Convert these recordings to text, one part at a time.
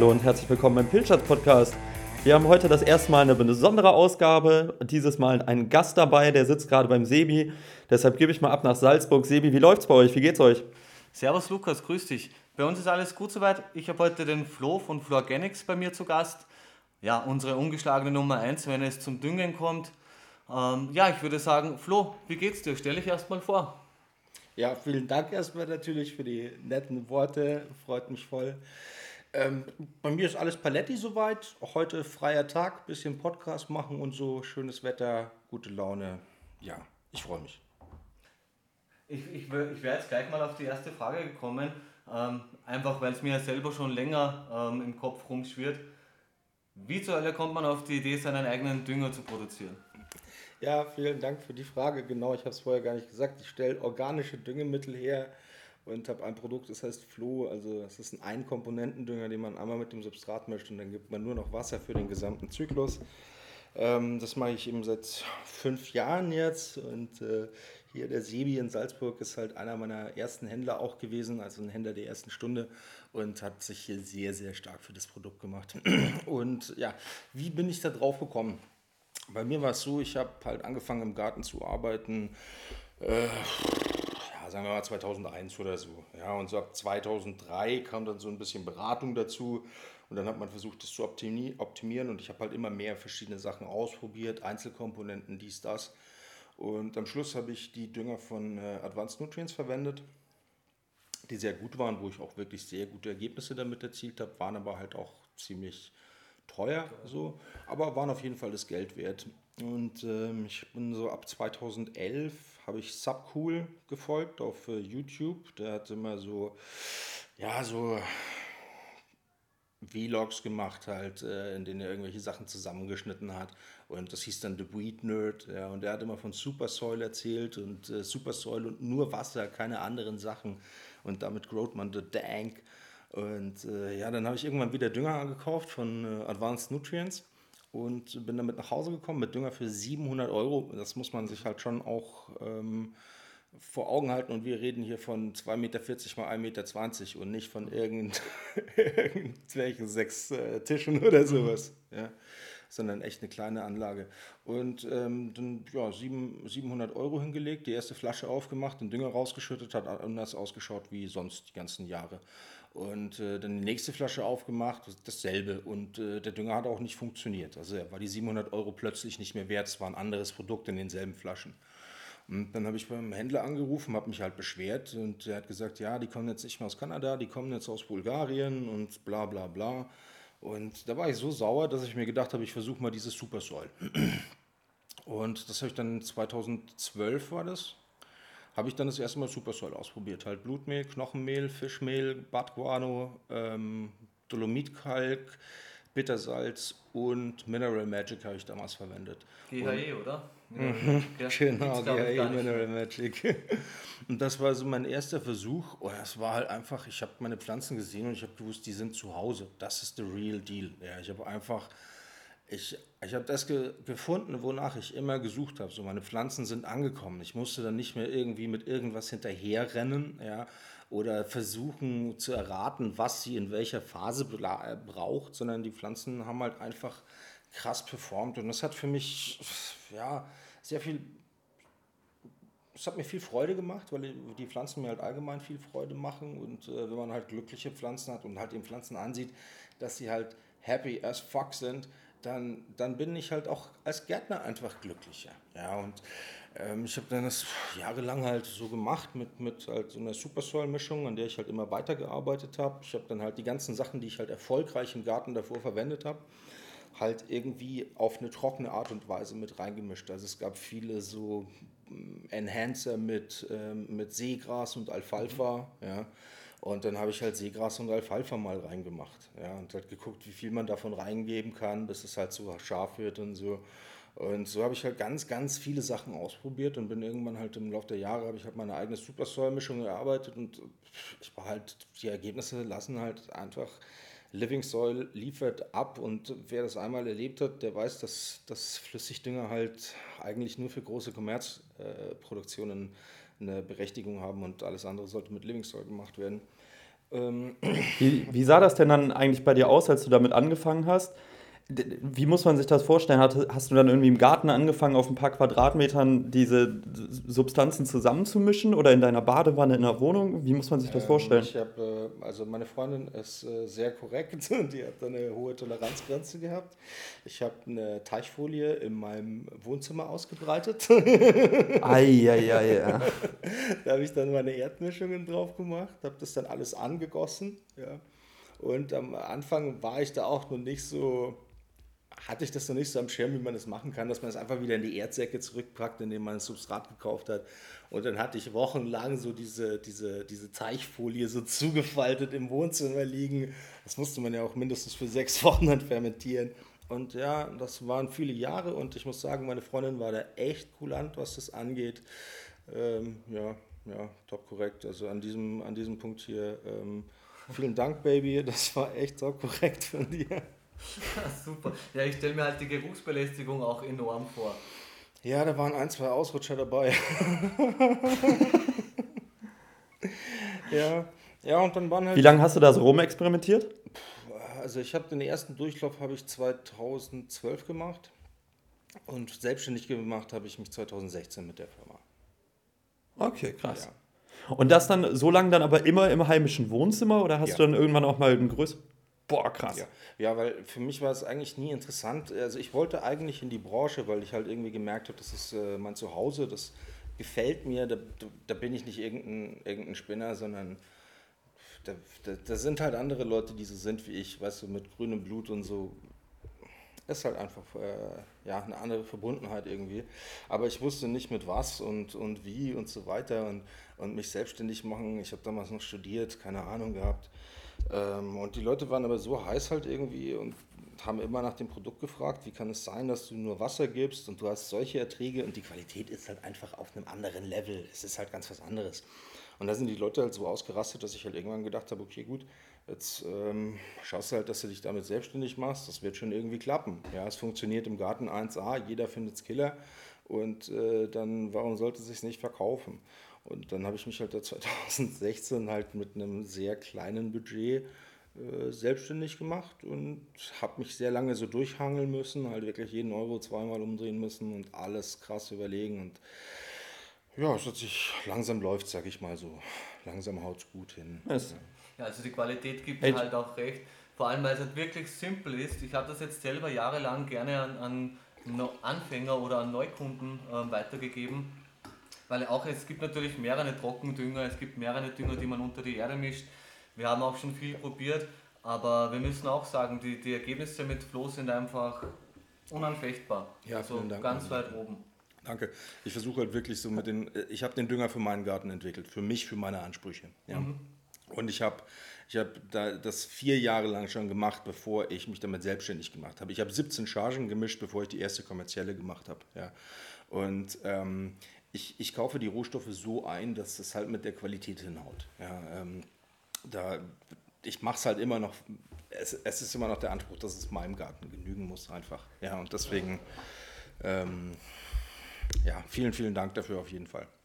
hallo und herzlich willkommen beim Pilchards-Podcast. Wir haben heute das erste Mal eine besondere Ausgabe, dieses Mal einen Gast dabei, der sitzt gerade beim Sebi. Deshalb gebe ich mal ab nach Salzburg. Sebi, wie läuft's bei euch? Wie geht's euch? Servus Lukas, grüß dich. Bei uns ist alles gut soweit. Ich habe heute den Flo von Florganics bei mir zu Gast. Ja, unsere ungeschlagene Nummer eins, wenn es zum Düngen kommt. Ja, ich würde sagen, Flo, wie geht's dir? Stell dich erstmal vor. Ja, vielen Dank erstmal natürlich für die netten Worte, freut mich voll. Bei mir ist alles Paletti soweit. Auch heute freier Tag, bisschen Podcast machen und so, schönes Wetter, gute Laune. Ja, ich freue mich. Ich wäre jetzt gleich mal auf die erste Frage gekommen, einfach weil es mir selber schon länger im Kopf rumschwirrt. Wie zur Hölle kommt man auf die Idee, seinen eigenen Dünger zu produzieren? Ja, vielen Dank für die Frage. Genau, ich habe es vorher gar nicht gesagt. Ich stelle organische Düngemittel her und habe ein Produkt, das heißt Floh. Also es ist ein Einkomponentendünger, den man einmal mit dem Substrat mischt und dann gibt man nur noch Wasser für den gesamten Zyklus. Das mache ich eben seit 5 Jahren jetzt und hier der Sebi in Salzburg ist halt einer meiner ersten Händler auch gewesen, also ein Händler der ersten Stunde und hat sich hier sehr, sehr stark für das Produkt gemacht. Und ja, wie bin ich da drauf gekommen? Bei mir war es so, ich habe halt angefangen im Garten zu arbeiten, ja, sagen wir mal 2001 oder so. Ja, und so ab 2003 kam dann so ein bisschen Beratung dazu und dann hat man versucht, das zu optimieren und ich habe halt immer mehr verschiedene Sachen ausprobiert, Einzelkomponenten, dies, das. Und am Schluss habe ich die Dünger von Advanced Nutrients verwendet, die sehr gut waren, wo ich auch wirklich sehr gute Ergebnisse damit erzielt habe, waren aber halt auch ziemlich teuer so, aber waren auf jeden Fall das Geld wert. Und ich bin so ab 2011 habe ich Subcool gefolgt auf YouTube. Der hat immer so, ja, so Vlogs gemacht halt, in denen er irgendwelche Sachen zusammengeschnitten hat. Und das hieß dann The Weed Nerd. Ja, und der hat immer von Supersoil erzählt und Supersoil und nur Wasser, keine anderen Sachen. Und damit growt man the Dank. Und ja, dann habe ich irgendwann wieder Dünger gekauft von Advanced Nutrients und bin damit nach Hause gekommen mit Dünger für 700 Euro. Das muss man sich halt schon auch vor Augen halten und wir reden hier von 2,40 Meter mal 1,20 Meter und nicht von irgendwelchen 6 Tischen oder sowas. Ja, sondern echt eine kleine Anlage. Und dann ja, 700 Euro hingelegt, die erste Flasche aufgemacht, den Dünger rausgeschüttet, hat anders ausgeschaut wie sonst die ganzen Jahre. Und dann die nächste Flasche aufgemacht, dasselbe. Und der Dünger hat auch nicht funktioniert. Also war die 700 Euro plötzlich nicht mehr wert, es war ein anderes Produkt in denselben Flaschen. Und dann habe ich beim Händler angerufen, habe mich halt beschwert und er hat gesagt, ja, die kommen jetzt nicht mehr aus Kanada, die kommen jetzt aus Bulgarien und bla bla bla. Und da war ich so sauer, dass ich mir gedacht habe, ich versuche mal dieses Supersoil. Und das habe ich dann 2012 war das, habe ich dann das erste Mal Supersoil ausprobiert. Halt Blutmehl, Knochenmehl, Fischmehl, Badguano, Dolomitkalk, Bittersalz und Mineral Magic habe ich damals verwendet. Und GHE, oder? Mineral Magic, ja. Gibt's genau, glaube ich GHE gar nicht Mineral mehr. Magic. Und das war so mein erster Versuch. Oh, das war halt einfach, ich habe meine Pflanzen gesehen und ich habe gewusst, die sind zu Hause. Das ist the real deal. Ja, ich habe einfach, ich habe das gefunden, wonach ich immer gesucht habe. So, meine Pflanzen sind angekommen. Ich musste dann nicht mehr irgendwie mit irgendwas hinterherrennen, ja, oder versuchen zu erraten, was sie in welcher Phase braucht, sondern die Pflanzen haben halt einfach krass performt und das hat für mich, ja, sehr viel, es hat mir viel Freude gemacht, weil die Pflanzen mir halt allgemein viel Freude machen und wenn man halt glückliche Pflanzen hat und halt den Pflanzen ansieht, dass sie halt happy as fuck sind, dann bin ich halt auch als Gärtner einfach glücklicher. Ja, und ich habe dann das jahrelang halt so gemacht mit halt so einer Supersoil-Mischung, an der ich halt immer weitergearbeitet habe. Ich habe dann halt die ganzen Sachen, die ich halt erfolgreich im Garten davor verwendet habe, halt irgendwie auf eine trockene Art und Weise mit reingemischt. Also es gab viele so Enhancer mit Seegras und Alfalfa, ja. Und dann habe ich halt Seegras und Alfalfa mal reingemacht, ja, und halt geguckt, wie viel man davon reingeben kann, bis es halt so scharf wird und so. Und so habe ich halt ganz, ganz viele Sachen ausprobiert und bin irgendwann halt im Laufe der Jahre, habe ich halt meine eigene Supersoil-Mischung erarbeitet und ich war halt, die Ergebnisse lassen halt einfach, Living Soil liefert ab und wer das einmal erlebt hat, der weiß, dass Flüssigdünger halt eigentlich nur für große Kommerzproduktionen eine Berechtigung haben und alles andere sollte mit Living Soil gemacht werden. Wie sah das denn dann eigentlich bei dir aus, als du damit angefangen hast? Wie muss man sich das vorstellen? Hast du dann irgendwie im Garten angefangen, auf ein paar Quadratmetern diese Substanzen zusammenzumischen oder in deiner Badewanne in der Wohnung? Wie muss man sich das vorstellen? Also meine Freundin ist sehr korrekt und die hat eine hohe Toleranzgrenze gehabt. Ich habe eine Teichfolie in meinem Wohnzimmer ausgebreitet. Eieiei. Da habe ich dann meine Erdmischungen drauf gemacht, habe das dann alles angegossen. Ja. Und am Anfang war ich da auch noch nicht so, hatte ich das noch nicht so am Schirm, wie man das machen kann, dass man es einfach wieder in die Erdsäcke zurückpackt, indem man ein Substrat gekauft hat. Und dann hatte ich wochenlang so diese Teichfolie so zugefaltet im Wohnzimmer liegen. Das musste man ja auch mindestens für 6 Wochen dann fermentieren. Und ja, das waren viele Jahre und ich muss sagen, meine Freundin war da echt kulant, was das angeht. Ja, top korrekt. Also an diesem Punkt hier, vielen Dank, Baby. Das war echt top korrekt von dir. Super. Ja, ich stelle mir halt die Geruchsbelästigung auch enorm vor. Ja, da waren 1, 2 Ausrutscher dabei. Ja, und dann waren Wie halt, lange hast du da so rumexperimentiert? also ich habe den ersten Durchlauf habe ich 2012 gemacht und selbstständig gemacht habe ich mich 2016 mit der Firma. Okay, krass. Ja. Und das dann so lange dann aber immer im heimischen Wohnzimmer oder hast Ja. du dann irgendwann auch mal ein größeres? Boah, krass. Ja, weil für mich war es eigentlich nie interessant. Also ich wollte eigentlich in die Branche, weil ich halt irgendwie gemerkt habe, das ist mein Zuhause, das gefällt mir, da bin ich nicht irgendein Spinner, sondern da sind halt andere Leute, die so sind wie ich, weißt du, mit grünem Blut und so. Ist halt einfach eine andere Verbundenheit irgendwie. Aber ich wusste nicht mit was und wie und so weiter und mich selbstständig machen. Ich habe damals noch studiert, keine Ahnung gehabt. Und die Leute waren aber so heiß halt irgendwie und haben immer nach dem Produkt gefragt, wie kann es sein, dass du nur Wasser gibst und du hast solche Erträge und die Qualität ist halt einfach auf einem anderen Level. Es ist halt ganz was anderes. Und da sind die Leute halt so ausgerastet, dass ich halt irgendwann gedacht habe, okay gut, jetzt schaust du halt, dass du dich damit selbstständig machst, das wird schon irgendwie klappen. Ja, es funktioniert im Garten 1A, jeder findet es Killer und dann warum sollte es sich nicht verkaufen? Und dann habe ich mich halt da 2016 halt mit einem sehr kleinen Budget selbstständig gemacht und habe mich sehr lange so durchhangeln müssen, halt wirklich jeden Euro zweimal umdrehen müssen und alles krass überlegen. Und ja, es hat sich langsam läuft, sag ich mal so. Langsam haut es gut hin. Yes. Ja, also die Qualität gibt Hey. mir halt auch recht. Vor allem, weil es halt wirklich simpel ist. Ich habe das jetzt selber jahrelang gerne an Anfänger oder an Neukunden weitergegeben. Weil auch es gibt natürlich mehrere Trockendünger, es gibt mehrere Dünger, die man unter die Erde mischt. Wir haben auch schon viel probiert, aber wir müssen auch sagen, die Ergebnisse mit Floh sind einfach unanfechtbar. Ja, Also vielen Dank. ganz weit oben. Danke. Ich versuche halt wirklich so ich habe den Dünger für meinen Garten entwickelt, für mich, für meine Ansprüche. Ja. Und ich hab da das 4 Jahre lang schon gemacht, bevor ich mich damit selbstständig gemacht habe. Ich habe 17 Chargen gemischt, bevor ich die erste kommerzielle gemacht habe. Ja. Und ich kaufe die Rohstoffe so ein, dass es halt mit der Qualität hinhaut. Ja, ich mache es halt immer noch, es ist immer noch der Anspruch, dass es meinem Garten genügen muss einfach. Ja, und deswegen, vielen, vielen Dank dafür auf jeden Fall.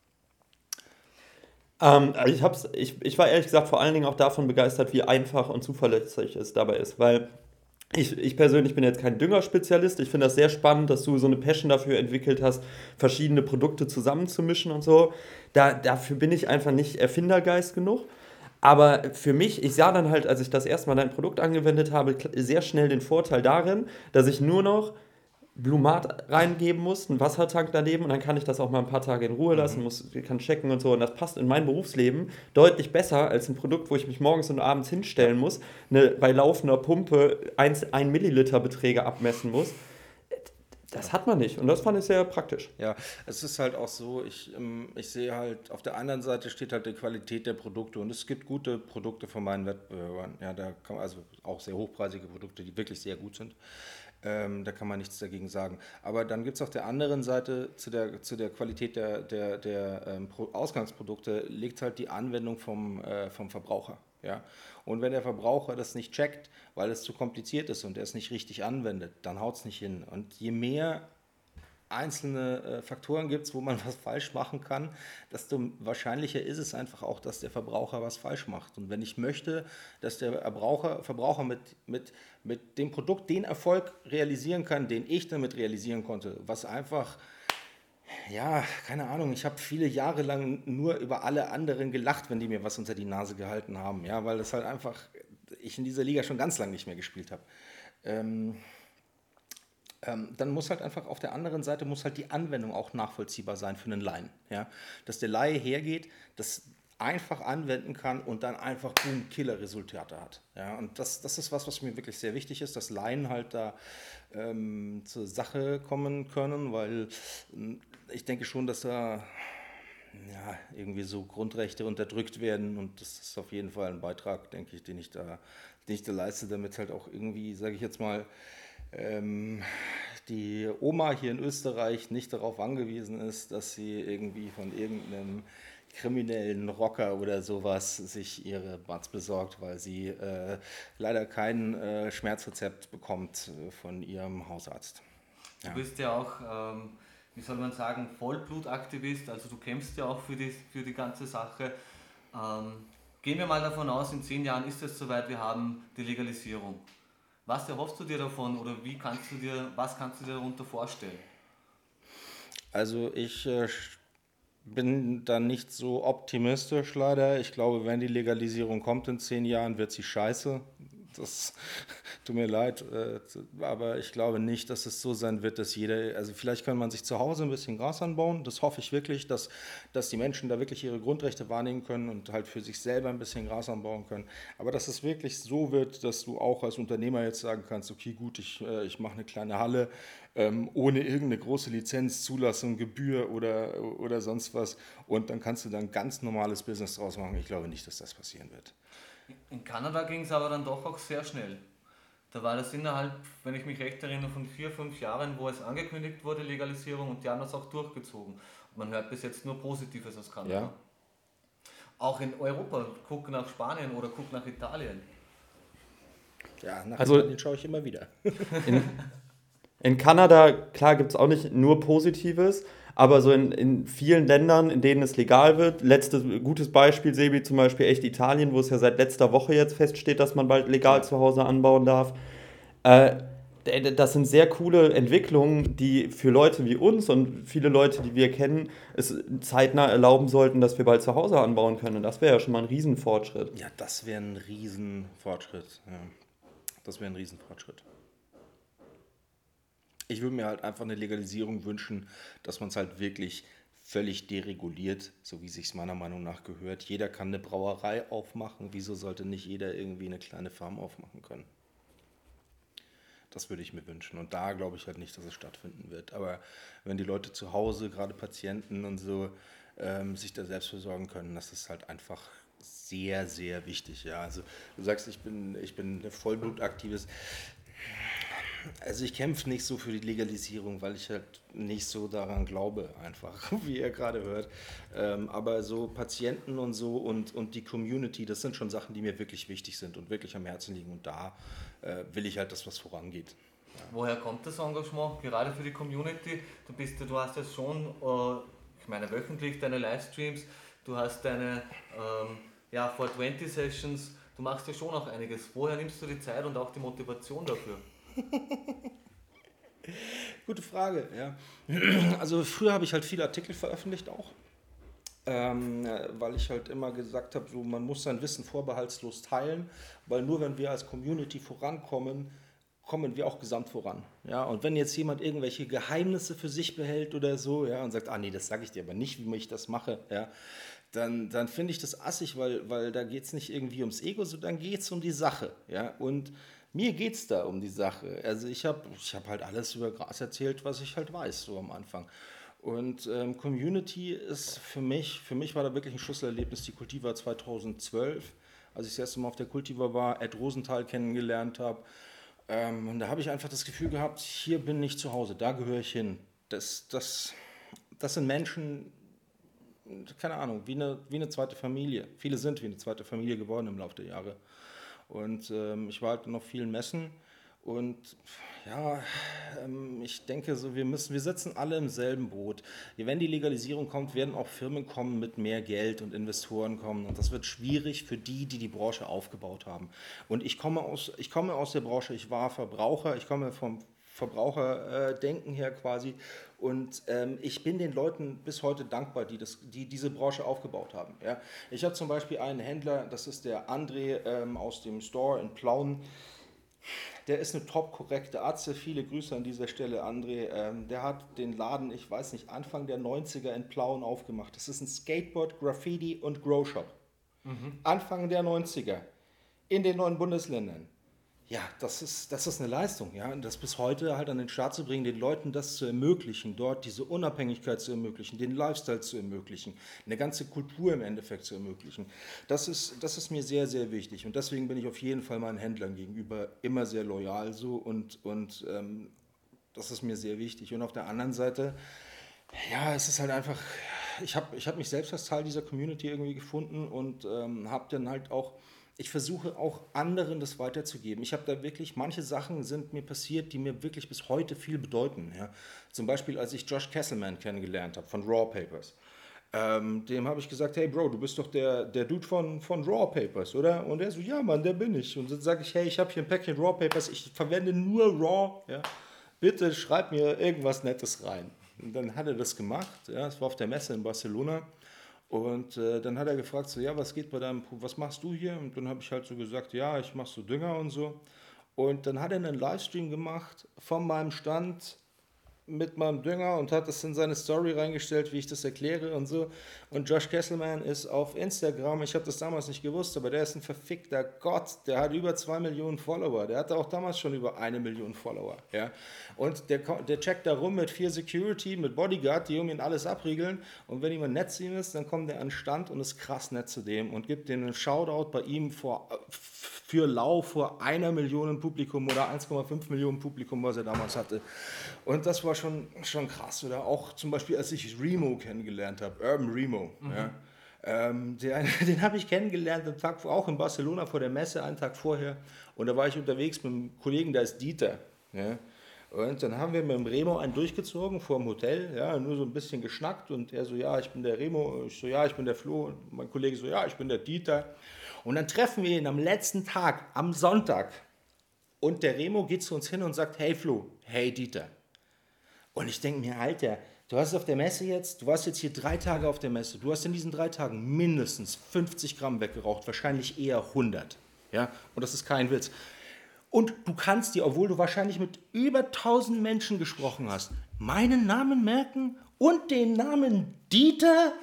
Ich war ehrlich gesagt vor allen Dingen auch davon begeistert, wie einfach und zuverlässig es dabei ist, weil ich persönlich bin jetzt kein Düngerspezialist. Ich finde das sehr spannend, dass du so eine Passion dafür entwickelt hast, verschiedene Produkte zusammenzumischen und so. Dafür bin ich einfach nicht Erfindergeist genug. Aber für mich, ich sah dann halt, als ich das erste Mal dein Produkt angewendet habe, sehr schnell den Vorteil darin, dass ich nur noch Blumat reingeben muss, einen Wassertank daneben und dann kann ich das auch mal ein paar Tage in Ruhe lassen, kann checken und so. Und das passt in mein Berufsleben deutlich besser als ein Produkt, wo ich mich morgens und abends hinstellen muss, bei laufender Pumpe 1 Milliliter Beträge abmessen muss. Das hat man nicht und das fand ich sehr praktisch. Ja, es ist halt auch so, ich sehe halt, auf der anderen Seite steht halt die Qualität der Produkte und es gibt gute Produkte von meinen Wettbewerbern. Ja, da kann man also auch sehr hochpreisige Produkte, die wirklich sehr gut sind. Da kann man nichts dagegen sagen. Aber dann gibt es auf der anderen Seite zu der Qualität der Ausgangsprodukte liegt halt die Anwendung vom Verbraucher. Ja? Und wenn der Verbraucher das nicht checkt, weil es zu kompliziert ist und er es nicht richtig anwendet, dann haut es nicht hin. Und je mehr einzelne Faktoren gibt, wo man was falsch machen kann, desto wahrscheinlicher ist es einfach auch, dass der Verbraucher was falsch macht. Und wenn ich möchte, dass der Verbraucher mit dem Produkt den Erfolg realisieren kann, den ich damit realisieren konnte, was einfach, ja, keine Ahnung, ich habe viele Jahre lang nur über alle anderen gelacht, wenn die mir was unter die Nase gehalten haben, ja, weil das halt einfach, ich in dieser Liga schon ganz lange nicht mehr gespielt habe. Dann muss halt einfach auf der anderen Seite muss halt die Anwendung auch nachvollziehbar sein für einen Laien. Ja? Dass der Laie hergeht, das einfach anwenden kann und dann einfach boom, Killer-Resultate hat. Ja? Und das ist was mir wirklich sehr wichtig ist, dass Laien halt da zur Sache kommen können, weil ich denke schon, dass da ja, irgendwie so Grundrechte unterdrückt werden und das ist auf jeden Fall ein Beitrag, denke ich, den ich da leiste, damit halt auch irgendwie, sage ich jetzt mal, die Oma hier in Österreich nicht darauf angewiesen ist, dass sie irgendwie von irgendeinem kriminellen Rocker oder sowas sich ihre Buds besorgt, weil sie leider kein Schmerzrezept bekommt von ihrem Hausarzt. Ja. Du bist ja auch, wie soll man sagen, Vollblutaktivist, also du kämpfst ja auch für die ganze Sache. Gehen wir mal davon aus, in 10 Jahren ist es soweit, wir haben die Legalisierung. Was erhoffst du dir davon oder was kannst du dir darunter vorstellen? Also ich bin da nicht so optimistisch leider. Ich glaube, wenn die Legalisierung kommt in 10 Jahren, wird sie scheiße. Das tut mir leid, aber ich glaube nicht, dass es so sein wird, dass jeder, also vielleicht kann man sich zu Hause ein bisschen Gras anbauen, das hoffe ich wirklich, dass die Menschen da wirklich ihre Grundrechte wahrnehmen können und halt für sich selber ein bisschen Gras anbauen können, aber dass es wirklich so wird, dass du auch als Unternehmer jetzt sagen kannst, okay gut, ich mache eine kleine Halle, ohne irgendeine große Lizenz, Zulassung, Gebühr oder sonst was und dann kannst du dann ein ganz normales Business draus machen. Ich glaube nicht, dass das passieren wird. In Kanada ging es aber dann doch auch sehr schnell. Da war das innerhalb, wenn ich mich recht erinnere, von 4-5 Jahren, wo es angekündigt wurde, Legalisierung, und die haben das auch durchgezogen. Und man hört bis jetzt nur Positives aus Kanada. Ja. Auch in Europa, guck nach Spanien oder guck nach Italien. Ja, nach Italien schaue ich immer wieder. In Kanada, klar, gibt es auch nicht nur Positives, aber so in vielen Ländern, in denen es legal wird, gutes Beispiel, Sebi, zum Beispiel echt Italien, wo es ja seit letzter Woche jetzt feststeht, dass man bald legal zu Hause anbauen darf. Das sind sehr coole Entwicklungen, die für Leute wie uns und viele Leute, die wir kennen, es zeitnah erlauben sollten, dass wir bald zu Hause anbauen können. Und das wäre ja schon mal ein Riesenfortschritt. Ja, das wäre ein Riesenfortschritt. Ja. Das wäre ein Riesenfortschritt. Ich würde mir halt einfach eine Legalisierung wünschen, dass man es halt wirklich völlig dereguliert, so wie es sich meiner Meinung nach gehört. Jeder kann eine Brauerei aufmachen. Wieso sollte nicht jeder irgendwie eine kleine Farm aufmachen können? Das würde ich mir wünschen. Und da glaube ich halt nicht, dass es stattfinden wird. Aber wenn die Leute zu Hause, gerade Patienten und so, sich da selbst versorgen können, das ist halt einfach sehr, sehr wichtig. Ja. Also du sagst, ich bin ein Vollblutaktives. Also ich kämpfe nicht so für die Legalisierung, weil ich halt nicht so daran glaube, einfach, wie ihr gerade hört. Aber so Patienten und so und die Community, das sind schon Sachen, die mir wirklich wichtig sind und wirklich am Herzen liegen. Und da will ich halt, dass was vorangeht. Ja. Woher kommt das Engagement, gerade für die Community? Du hast ja schon, ich meine wöchentlich deine Livestreams, du hast deine 420 Sessions, du machst ja schon auch einiges. Woher nimmst du die Zeit und auch die Motivation dafür? Gute Frage, ja. Also früher habe ich halt viele Artikel veröffentlicht auch, weil ich halt immer gesagt habe, so, man muss sein Wissen vorbehaltslos teilen, weil nur wenn wir als Community vorankommen, kommen wir auch gesamt voran. Ja? Und wenn jetzt jemand irgendwelche Geheimnisse für sich behält oder so, ja, und sagt, nee, das sage ich dir aber nicht, wie ich das mache, ja, dann finde ich das assig, weil da geht es nicht irgendwie ums Ego, sondern geht es um die Sache. Ja? Und mir geht es da um die Sache. Also ich hab halt alles über Gras erzählt, was ich halt weiß, so am Anfang. Und Community ist für mich war da wirklich ein Schlüsselerlebnis, die Cultivar 2012, als ich das erste Mal auf der Cultivar war, Ed Rosenthal kennengelernt habe. Und da habe ich einfach das Gefühl gehabt, hier bin ich zu Hause, da gehöre ich hin. Das sind Menschen, keine Ahnung, wie eine zweite Familie. Viele sind wie eine zweite Familie geworden im Laufe der Jahre. Und ich war halt noch vielen Messen Und ja, ich denke so, wir sitzen alle im selben Boot. Wenn die Legalisierung kommt, werden auch Firmen kommen mit mehr Geld und Investoren kommen. Und das wird schwierig für die Branche aufgebaut haben. Und ich komme aus der Branche, ich war Verbraucher, ich komme vom Verbraucherdenken her quasi. Und ich bin den Leuten bis heute dankbar, die diese Branche aufgebaut haben. Ja. Ich habe zum Beispiel einen Händler, das ist der André aus dem Store in Plauen. Der ist eine top korrekte Arzt. Viele Grüße an dieser Stelle, André. Der hat den Laden, ich weiß nicht, Anfang der 90er in Plauen aufgemacht. Das ist ein Skateboard, Graffiti und Grow Shop. Anfang der 90er in den 9 Bundesländern. Ja, das ist eine Leistung, ja, und das bis heute halt an den Start zu bringen, den Leuten das zu ermöglichen, dort diese Unabhängigkeit zu ermöglichen, den Lifestyle zu ermöglichen, eine ganze Kultur im Endeffekt zu ermöglichen. Das ist mir sehr, sehr wichtig und deswegen bin ich auf jeden Fall meinen Händlern gegenüber immer sehr loyal so und das ist mir sehr wichtig. Und auf der anderen Seite, ja, es ist halt einfach, ich hab mich selbst als Teil dieser Community irgendwie gefunden und habe dann halt auch, ich versuche auch anderen das weiterzugeben. Ich habe da wirklich, manche Sachen sind mir passiert, die mir wirklich bis heute viel bedeuten. Ja. Zum Beispiel, als ich Josh Kesselman kennengelernt habe von Raw Papers. Dem habe ich gesagt, hey Bro, du bist doch der Dude von Raw Papers, oder? Und er so, ja Mann, der bin ich. Und dann sage ich, hey, ich habe hier ein Päckchen Raw Papers, ich verwende nur Raw, ja. Bitte schreib mir irgendwas Nettes rein. Und dann hat er das gemacht, ja, es war auf der Messe in Barcelona. Und dann hat er gefragt, so, ja, was machst du hier? Und dann habe ich halt so gesagt, ja, ich mache so Dünger und so. Und dann hat er einen Livestream gemacht von meinem Stand mit meinem Dünger und hat das in seine Story reingestellt, wie ich das erkläre und so. Und Josh Kesselman ist auf Instagram, ich habe das damals nicht gewusst, aber der ist ein verfickter Gott, der hat über 2 Millionen Follower, der hatte auch damals schon über 1 Million Follower. Ja? Und der checkt da rum mit 4 Security, mit Bodyguard, die um ihn alles abriegeln und wenn jemand nett zu ihm ist, dann kommt er an den Stand und ist krass nett zu dem und gibt dem einen Shoutout bei ihm für Lau vor 1 Million Publikum oder 1,5 Millionen Publikum, was er damals hatte. Und das war schon krass. Oder auch zum Beispiel, als ich Remo kennengelernt habe, Urban Remo. Ja. Den habe ich kennengelernt am Tag auch in Barcelona vor der Messe, einen Tag vorher. Und da war ich unterwegs mit einem Kollegen, der ist Dieter. Ja. Und dann haben wir mit dem Remo einen durchgezogen vor dem Hotel, ja, nur so ein bisschen geschnackt. Und er so, ja, ich bin der Remo. Ich so, ja, ich bin der Flo. Und mein Kollege so, ja, ich bin der Dieter. Und dann treffen wir ihn am letzten Tag, am Sonntag. Und der Remo geht zu uns hin und sagt, hey Flo, hey Dieter. Und ich denke mir, Alter, du warst jetzt hier 3 Tage auf der Messe. Du hast in diesen 3 Tagen mindestens 50 Gramm weggeraucht, wahrscheinlich eher 100. Ja? Und das ist kein Witz. Und du kannst dir, obwohl du wahrscheinlich mit über 1000 Menschen gesprochen hast, meinen Namen merken und den Namen Dieter?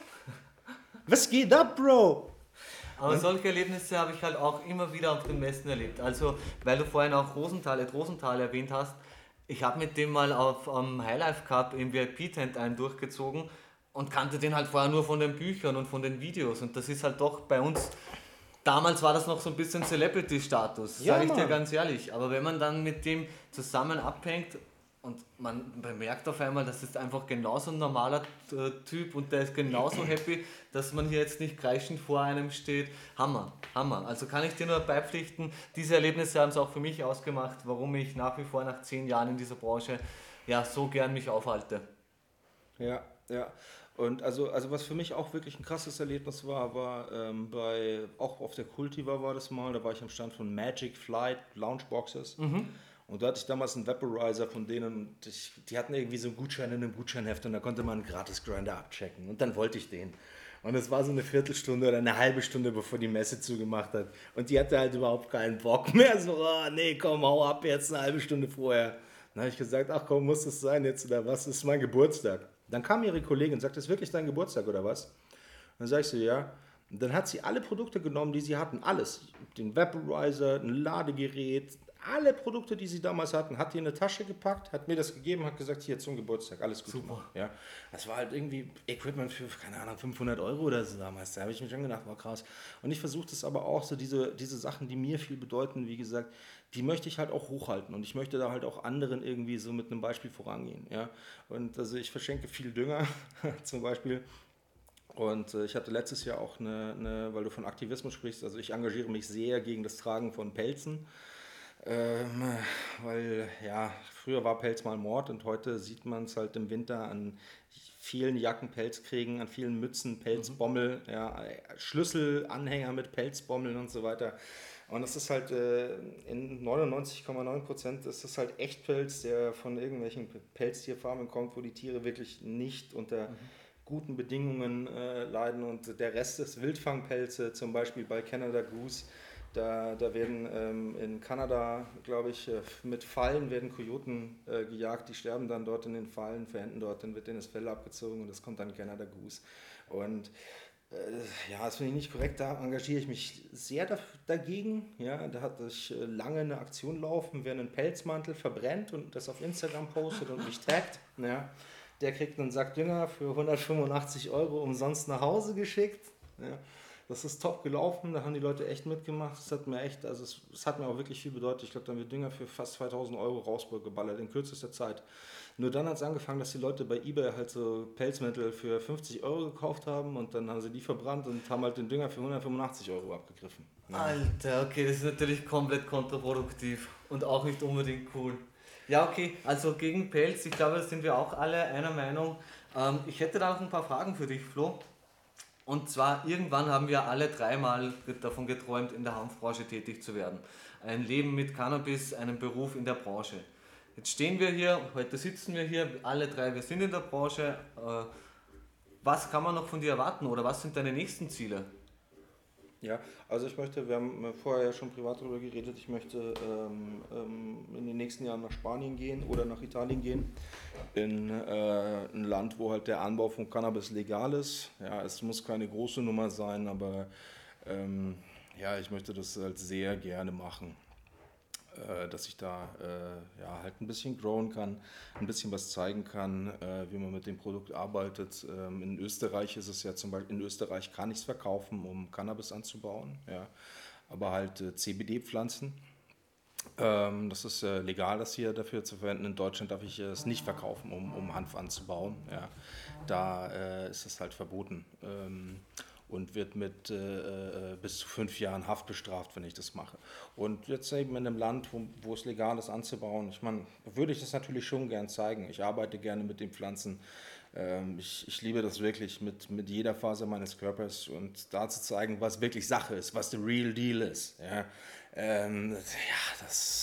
Was geht ab, Bro? Aber solche Erlebnisse habe ich halt auch immer wieder auf den Messen erlebt. Also, weil du vorhin auch Rosenthal erwähnt hast, ich habe mit dem mal am Highlife Cup im VIP-Tent einen durchgezogen und kannte den halt vorher nur von den Büchern und von den Videos. Und das ist halt doch bei uns, damals war das noch so ein bisschen Celebrity-Status, Ja, sage ich dir Mann. ganz ehrlich. Aber wenn man dann mit dem zusammen abhängt und man bemerkt auf einmal, das ist einfach genauso ein normaler Typ und der ist genauso happy, dass man hier jetzt nicht kreischend vor einem steht. Hammer, Hammer. Also kann ich dir nur beipflichten, diese Erlebnisse haben es auch für mich ausgemacht, warum ich nach wie vor nach 10 Jahren in dieser Branche ja so gern mich aufhalte. Ja, ja. Und also was für mich auch wirklich ein krasses Erlebnis war, auch auf der Cultivar war das mal, da war ich am Stand von Magic Flight Loungeboxes. Und da hatte ich damals einen Vaporizer von denen und die hatten irgendwie so einen Gutschein in einem Gutscheinheft und da konnte man einen gratis Grinder abchecken. Und dann wollte ich den. Und es war so eine Viertelstunde oder eine halbe Stunde, bevor die Messe zugemacht hat. Und die hatte halt überhaupt keinen Bock mehr. So, oh, nee, komm, hau ab jetzt eine halbe Stunde vorher. Dann habe ich gesagt, ach komm, muss das sein jetzt oder was? Das ist mein Geburtstag. Dann kam ihre Kollegin und sagte, das ist wirklich dein Geburtstag oder was? Dann sag ich so, ja. Und dann hat sie alle Produkte genommen, die sie hatten. Alles. Den Vaporizer, ein Ladegerät, alle Produkte, die sie damals hatten, hat die in eine Tasche gepackt, hat mir das gegeben, hat gesagt, hier zum Geburtstag, alles gut gemacht. Ja. Das war halt irgendwie Equipment für, keine Ahnung, 500 Euro oder so damals. Da habe ich mir schon gedacht, war krass. Und ich versuche das aber auch, so diese Sachen, die mir viel bedeuten, wie gesagt, die möchte ich halt auch hochhalten und ich möchte da halt auch anderen irgendwie so mit einem Beispiel vorangehen. Ja. Und also ich verschenke viel Dünger zum Beispiel. Und ich hatte letztes Jahr auch weil du von Aktivismus sprichst, also ich engagiere mich sehr gegen das Tragen von Pelzen. Weil ja, früher war Pelz mal Mord und heute sieht man es halt im Winter an vielen Jacken Pelzkriegen, an vielen Mützen Pelzbommel, ja, Schlüsselanhänger mit Pelzbommeln und so weiter. Und das ist halt in 99,9% ist das halt Echtpelz, der von irgendwelchen Pelztierfarmen kommt, wo die Tiere wirklich nicht unter guten Bedingungen leiden, und der Rest ist Wildfangpelze, zum Beispiel bei Canada Goose. Da werden in Kanada, glaube ich, mit Fallen werden Kojoten gejagt, die sterben dann dort in den Fallen, verenden dort, dann wird denen das Fell abgezogen und das kommt dann Canada Goose. Und ja, das finde ich nicht korrekt, da engagiere ich mich sehr dagegen. Ja, da hatte ich lange eine Aktion laufen, wer einen Pelzmantel verbrennt und das auf Instagram postet und mich taggt, ja, der kriegt einen Sack Dünger für 185 € umsonst nach Hause geschickt. Ja. Das ist top gelaufen, da haben die Leute echt mitgemacht. Das hat mir echt, also es hat mir auch wirklich viel bedeutet. Ich glaube, da haben wir Dünger für fast 2000 € rausgeballert in kürzester Zeit. Nur dann hat es angefangen, dass die Leute bei eBay halt so Pelzmäntel für 50 € gekauft haben und dann haben sie die verbrannt und haben halt den Dünger für 185 € abgegriffen. Ja. Alter, okay, das ist natürlich komplett kontraproduktiv und auch nicht unbedingt cool. Ja, okay, also gegen Pelz, ich glaube, da sind wir auch alle einer Meinung. Ich hätte da noch ein paar Fragen für dich, Flo. Und zwar, irgendwann haben wir alle dreimal davon geträumt, in der Hanfbranche tätig zu werden. Ein Leben mit Cannabis, einen Beruf in der Branche. Jetzt stehen wir hier, heute sitzen wir hier, alle drei, wir sind in der Branche. Was kann man noch von dir erwarten oder was sind deine nächsten Ziele? Ja, also ich möchte, wir haben vorher ja schon privat darüber geredet, ich möchte in den nächsten Jahren nach Spanien gehen oder nach Italien gehen, in ein Land, wo halt der Anbau von Cannabis legal ist. Ja, es muss keine große Nummer sein, aber ja, ich möchte das halt sehr gerne machen, dass ich da ja, halt ein bisschen growen kann, ein bisschen was zeigen kann, wie man mit dem Produkt arbeitet. In Österreich ist es ja zum Beispiel, in Österreich kann ich es verkaufen, um Cannabis anzubauen, ja, aber halt CBD-Pflanzen. Das ist legal, das hier dafür zu verwenden. In Deutschland darf ich es nicht verkaufen, um Hanf anzubauen. Ja. Da ist es halt verboten. Und wird mit bis zu 5 Jahren Haft bestraft, wenn ich das mache. Und jetzt eben in einem Land, wo es legal ist anzubauen, ich meine, würde ich das natürlich schon gern zeigen. Ich arbeite gerne mit den Pflanzen. Ich liebe das wirklich mit jeder Faser meines Körpers und da zu zeigen, was wirklich Sache ist, was the real deal ist. Ja, ja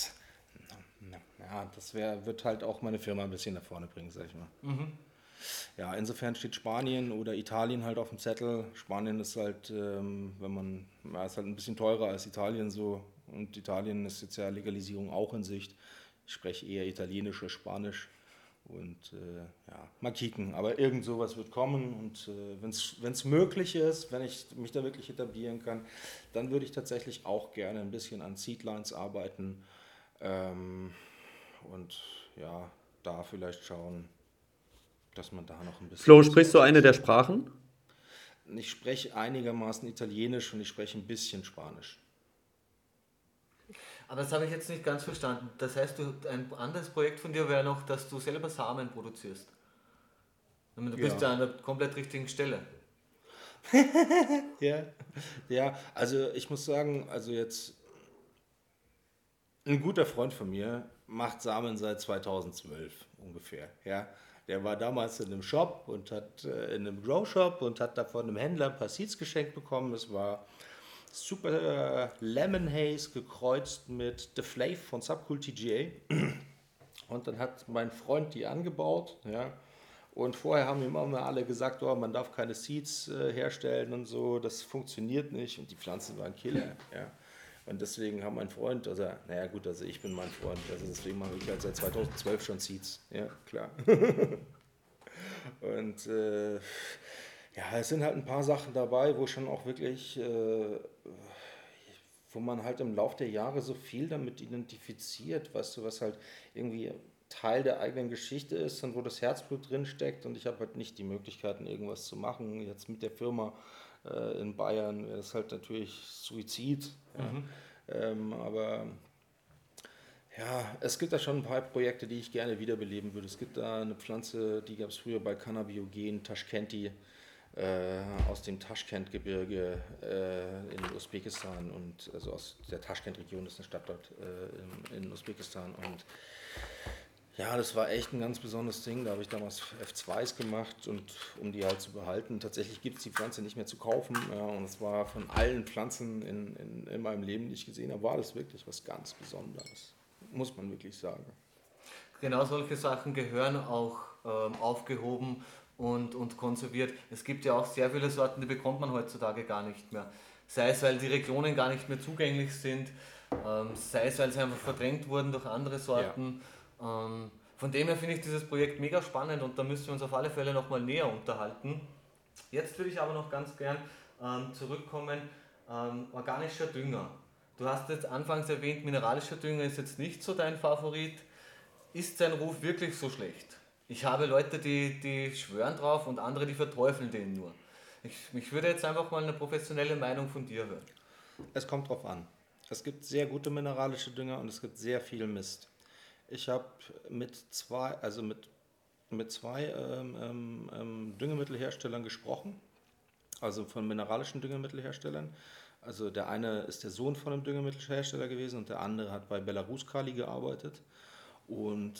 wird halt auch meine Firma ein bisschen nach vorne bringen, sag ich mal. Ja, insofern steht Spanien oder Italien halt auf dem Zettel. Spanien ist halt, ist halt ein bisschen teurer als Italien so. Und Italien ist jetzt ja Legalisierung auch in Sicht. Ich spreche eher Italienisch oder Spanisch. Und ja, mal kicken. Aber irgend sowas wird kommen. Und wenn es möglich ist, wenn ich mich da wirklich etablieren kann, dann würde ich tatsächlich auch gerne ein bisschen an Seedlines arbeiten. Und ja, da vielleicht schauen, dass man da noch ein Flo, bisschen sprichst du eine der auswächst. Sprachen? Ich spreche einigermaßen Italienisch und ich spreche ein bisschen Spanisch. Aber das habe ich jetzt nicht ganz verstanden. Das heißt, ein anderes Projekt von dir wäre noch, dass du selber Samen produzierst. Du bist Ja. ja an der komplett richtigen Stelle. Ja, ja, also ich muss sagen, also jetzt ein guter Freund von mir macht Samen seit 2012 ungefähr. Ja, der war damals in einem Shop und hat in einem Grow Shop und hat da von einem Händler ein paar Seeds geschenkt bekommen. Es war super Lemon Haze gekreuzt mit The Flav von Subcool TGA. Und dann hat mein Freund die angebaut, ja. Und vorher haben ihm immer alle gesagt, oh, man darf keine Seeds herstellen und so, das funktioniert nicht. Und die Pflanzen waren Killer, ja. Und deswegen haben mein Freund, also, naja gut, also ich bin mein Freund, also deswegen mache ich halt seit 2012 schon Seeds, ja, klar. Und ja, es sind halt ein paar Sachen dabei, wo schon auch wirklich, wo man halt im Laufe der Jahre so viel damit identifiziert, weißt du, was halt irgendwie Teil der eigenen Geschichte ist und wo das Herzblut drin steckt, und ich habe halt nicht die Möglichkeiten, irgendwas zu machen. Jetzt mit der Firma in Bayern wäre das halt natürlich Suizid. Ja. Aber ja, es gibt da schon ein paar Projekte, die ich gerne wiederbeleben würde. Es gibt da eine Pflanze, die gab es früher bei Cannabiogen, Tashkenti. aus dem Taschkent-Gebirge in Usbekistan und also aus der Taschkent-Region ist eine Stadt dort in Usbekistan und ja, das war echt ein ganz besonderes Ding. Da habe ich damals F2s gemacht und um die halt zu behalten. Tatsächlich gibt es die Pflanze nicht mehr zu kaufen. Ja, und es war von allen Pflanzen in meinem Leben, die ich gesehen habe, war das wirklich was ganz Besonderes. Muss man wirklich sagen. Genau solche Sachen gehören auch aufgehoben und konserviert. Es gibt ja auch sehr viele Sorten, die bekommt man heutzutage gar nicht mehr. Sei es, weil die Regionen gar nicht mehr zugänglich sind, sei es, weil sie einfach verdrängt wurden durch andere Sorten. Von dem her finde ich dieses Projekt mega spannend und da müssen wir uns auf alle Fälle nochmal näher unterhalten. Jetzt würde ich aber noch ganz gern zurückkommen, organischer Dünger. Du hast jetzt anfangs erwähnt, mineralischer Dünger ist jetzt nicht so dein Favorit. Ist sein Ruf wirklich so schlecht? Ich habe Leute, die schwören drauf und andere, die verteufeln den nur. Mich würde jetzt einfach mal eine professionelle Meinung von dir hören. Es kommt drauf an. Es gibt sehr gute mineralische Dünger und es gibt sehr viel Mist. Ich habe mit zwei Düngemittelherstellern gesprochen, also von mineralischen Düngemittelherstellern. Also der eine ist der Sohn von einem Düngemittelhersteller gewesen und der andere hat bei Belarus Kali gearbeitet. Und,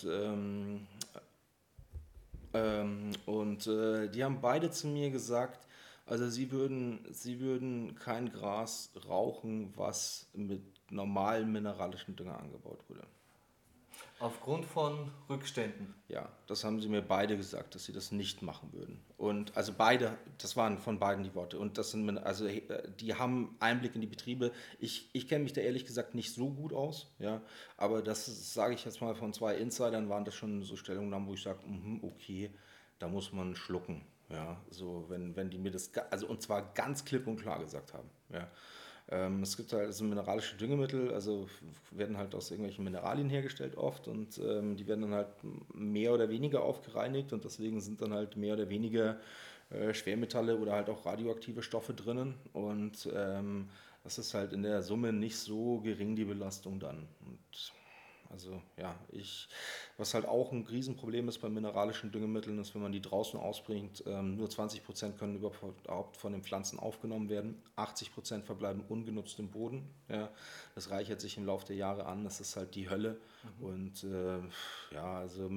die haben beide zu mir gesagt, also sie würden kein Gras rauchen, was mit normalem mineralischen Dünger angebaut wurde. Aufgrund von Rückständen. Ja, das haben sie mir beide gesagt, dass sie das nicht machen würden. Und also beide, das waren von beiden die Worte. Und das sind, also die haben Einblick in die Betriebe. Ich kenne mich da ehrlich gesagt nicht so gut aus, ja. Aber das sage ich jetzt mal von zwei Insidern, waren das schon so Stellungnahmen, wo ich sage, okay, da muss man schlucken. Ja, so wenn die mir das, also und zwar ganz klipp und klar gesagt haben. Ja. Es gibt halt so mineralische Düngemittel, also werden halt aus irgendwelchen Mineralien hergestellt oft und die werden dann halt mehr oder weniger aufgereinigt und deswegen sind dann halt mehr oder weniger Schwermetalle oder halt auch radioaktive Stoffe drinnen und das ist halt in der Summe nicht so gering die Belastung dann. Und also ja, was halt auch ein Riesenproblem ist bei mineralischen Düngemitteln, ist, wenn man die draußen ausbringt, nur 20% können überhaupt von den Pflanzen aufgenommen werden. 80% verbleiben ungenutzt im Boden. Ja, das reichert sich im Laufe der Jahre an, das ist halt die Hölle. Und ja, also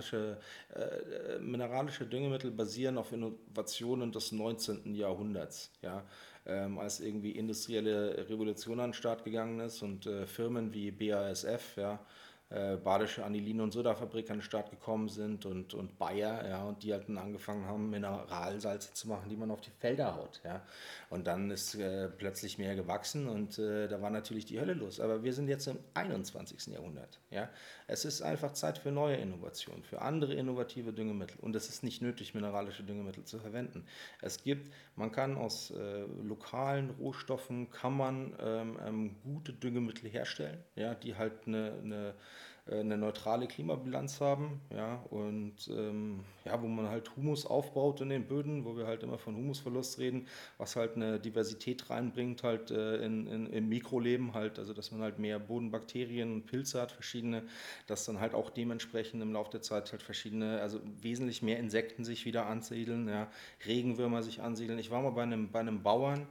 mineralische Düngemittel basieren auf Innovationen des 19. Jahrhunderts. Ja, als irgendwie industrielle Revolution an den Start gegangen ist und Firmen wie BASF, ja, Badische Anilin- und Sodafabrik an den Start gekommen sind und Bayer, ja, und die halt dann angefangen haben, Mineralsalze zu machen, die man auf die Felder haut, ja. Und dann ist plötzlich mehr gewachsen und da war natürlich die Hölle los. Aber wir sind jetzt im 21. Jahrhundert, ja. Es ist einfach Zeit für neue Innovationen, für andere innovative Düngemittel und es ist nicht nötig, mineralische Düngemittel zu verwenden. Man kann aus lokalen Rohstoffen kann man gute Düngemittel herstellen, ja, die halt eine neutrale Klimabilanz haben, ja, und ja, wo man halt Humus aufbaut in den Böden, wo wir halt immer von Humusverlust reden, was halt eine Diversität reinbringt halt im Mikroleben halt, also dass man halt mehr Bodenbakterien und Pilze hat, verschiedene, dass dann halt auch dementsprechend im Laufe der Zeit halt verschiedene, also wesentlich mehr Insekten sich wieder ansiedeln, ja, Regenwürmer sich ansiedeln. Ich war mal bei einem Bauern,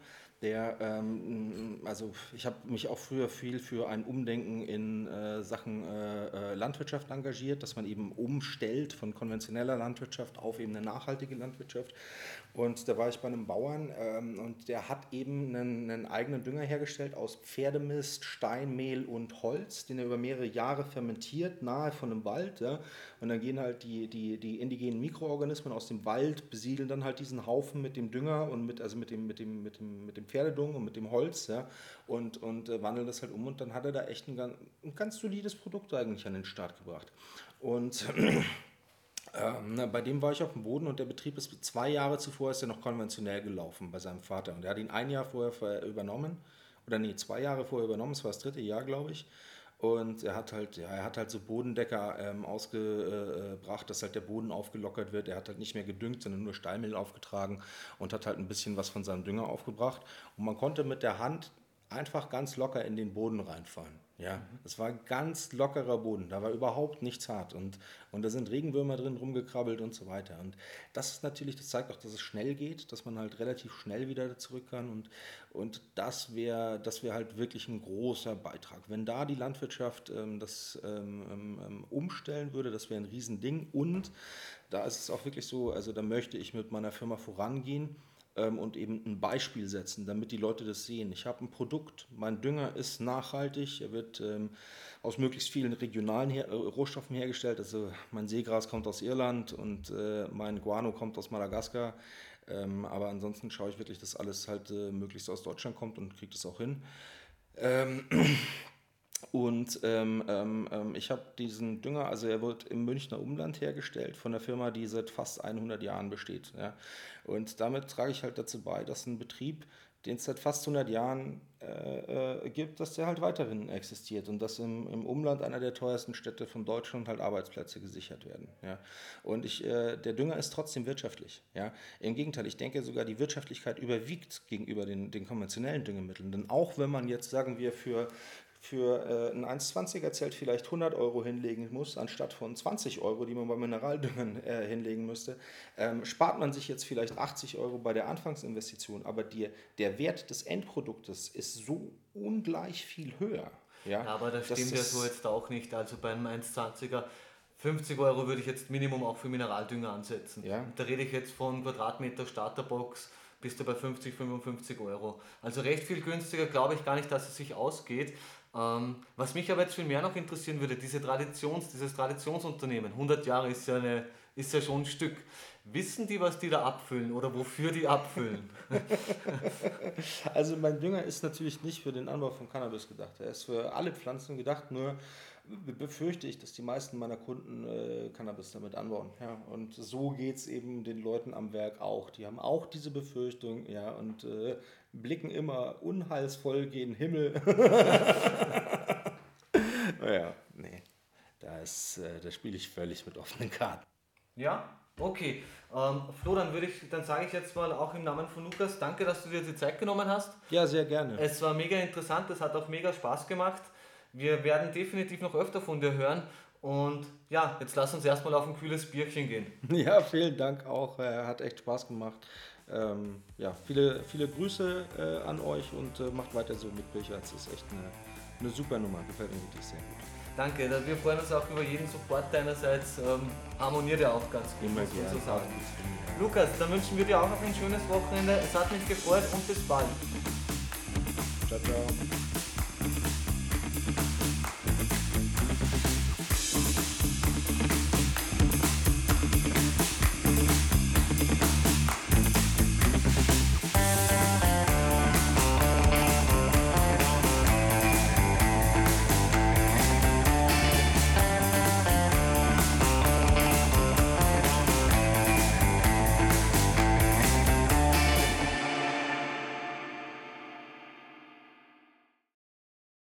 also ich habe mich auch früher viel für ein Umdenken in Sachen Landwirtschaft engagiert, dass man eben umstellt von konventioneller Landwirtschaft auf eben eine nachhaltige Landwirtschaft. Und da war ich bei einem Bauern und der hat eben einen eigenen Dünger hergestellt aus Pferdemist, Steinmehl und Holz, den er über mehrere Jahre fermentiert, nahe von einem Wald. Ja. Und dann gehen halt die indigenen Mikroorganismen aus dem Wald, besiedeln dann halt diesen Haufen mit dem Dünger und mit dem Pferdedung und mit dem Holz, ja, und wandeln das halt um und dann hat er da echt ein ganz solides Produkt eigentlich an den Start gebracht. Und bei dem war ich auf dem Boden und der Betrieb ist 2 Jahre zuvor ist er noch konventionell gelaufen bei seinem Vater und er hat ihn ein Jahr vorher übernommen oder nee, 2 Jahre vorher übernommen, es war das 3. Jahr, glaube ich. Und er hat halt so Bodendecker ausgebracht, dass halt der Boden aufgelockert wird. Er hat halt nicht mehr gedüngt, sondern nur Steinmehl aufgetragen und hat halt ein bisschen was von seinem Dünger aufgebracht. Und man konnte mit der Hand einfach ganz locker in den Boden reinfahren. Ja, das war ganz lockerer Boden, da war überhaupt nichts hart und da sind Regenwürmer drin rumgekrabbelt und so weiter. Und das ist natürlich, das zeigt auch, dass es schnell geht, dass man halt relativ schnell wieder zurück kann und das wär halt wirklich ein großer Beitrag. Wenn da die Landwirtschaft das umstellen würde, das wäre ein Riesending und da ist es auch wirklich so, also da möchte ich mit meiner Firma vorangehen und eben ein Beispiel setzen, damit die Leute das sehen. Ich habe ein Produkt, mein Dünger ist nachhaltig, er wird aus möglichst vielen regionalen Rohstoffen hergestellt. Also mein Seegras kommt aus Irland und mein Guano kommt aus Madagaskar. Aber ansonsten schaue ich wirklich, dass alles halt möglichst aus Deutschland kommt und kriege das auch hin. Ähm, ich habe diesen Dünger, also er wird im Münchner Umland hergestellt von einer Firma, die seit fast 100 Jahren besteht. Ja. Und damit trage ich halt dazu bei, dass ein Betrieb, den es seit fast 100 Jahren gibt, dass der halt weiterhin existiert und dass im Umland einer der teuersten Städte von Deutschland halt Arbeitsplätze gesichert werden. Ja. Und der Dünger ist trotzdem wirtschaftlich. Ja. Im Gegenteil, ich denke sogar, die Wirtschaftlichkeit überwiegt gegenüber den konventionellen Düngemitteln. Denn auch wenn man jetzt, sagen wir, für ein 1,20er Zelt vielleicht 100 Euro hinlegen muss, anstatt von 20 Euro, die man bei Mineraldüngern hinlegen müsste, spart man sich jetzt vielleicht 80 Euro bei der Anfangsinvestition, aber der Wert des Endproduktes ist so ungleich viel höher. Ja, Ja, aber das stimmt ja so jetzt auch nicht. Also bei einem 1,20er 50 Euro würde ich jetzt Minimum auch für Mineraldünger ansetzen. Ja. Und da rede ich jetzt von Quadratmeter Starterbox, bist du bei 50, 55 Euro. Also recht viel günstiger glaube ich gar nicht, dass es sich ausgeht. Was mich aber jetzt viel mehr noch interessieren würde, dieses Traditionsunternehmen, 100 Jahre ist ja schon ein Stück. Wissen die, was die da abfüllen oder wofür die abfüllen? Also mein Dünger ist natürlich nicht für den Anbau von Cannabis gedacht. Er ist für alle Pflanzen gedacht, nur befürchte ich, dass die meisten meiner Kunden Cannabis damit anbauen. Ja, und so geht es eben den Leuten am Werk auch. Die haben auch diese Befürchtung, ja, und blicken immer unheilsvoll gen Himmel. Naja, nee, da spiele ich völlig mit offenen Karten. Ja, okay. Flo, dann sage ich jetzt mal auch im Namen von Lukas, danke, dass du dir die Zeit genommen hast. Ja, sehr gerne. Es war mega interessant, es hat auch mega Spaß gemacht. Wir werden definitiv noch öfter von dir hören. Und ja, jetzt lass uns erstmal auf ein kühles Bierchen gehen. Ja, vielen Dank auch. Hat echt Spaß gemacht. Ja, viele Grüße an euch und macht weiter so mit Pilcherz. Das ist echt eine super Nummer. Gefällt mir wirklich sehr gut. Danke, wir freuen uns auch über jeden Support deinerseits. Harmoniert ja auch ganz gut, Immer muss man gerne. so sagen. Lukas, dann wünschen wir dir auch noch ein schönes Wochenende. Es hat mich gefreut und bis bald. Ciao, ciao.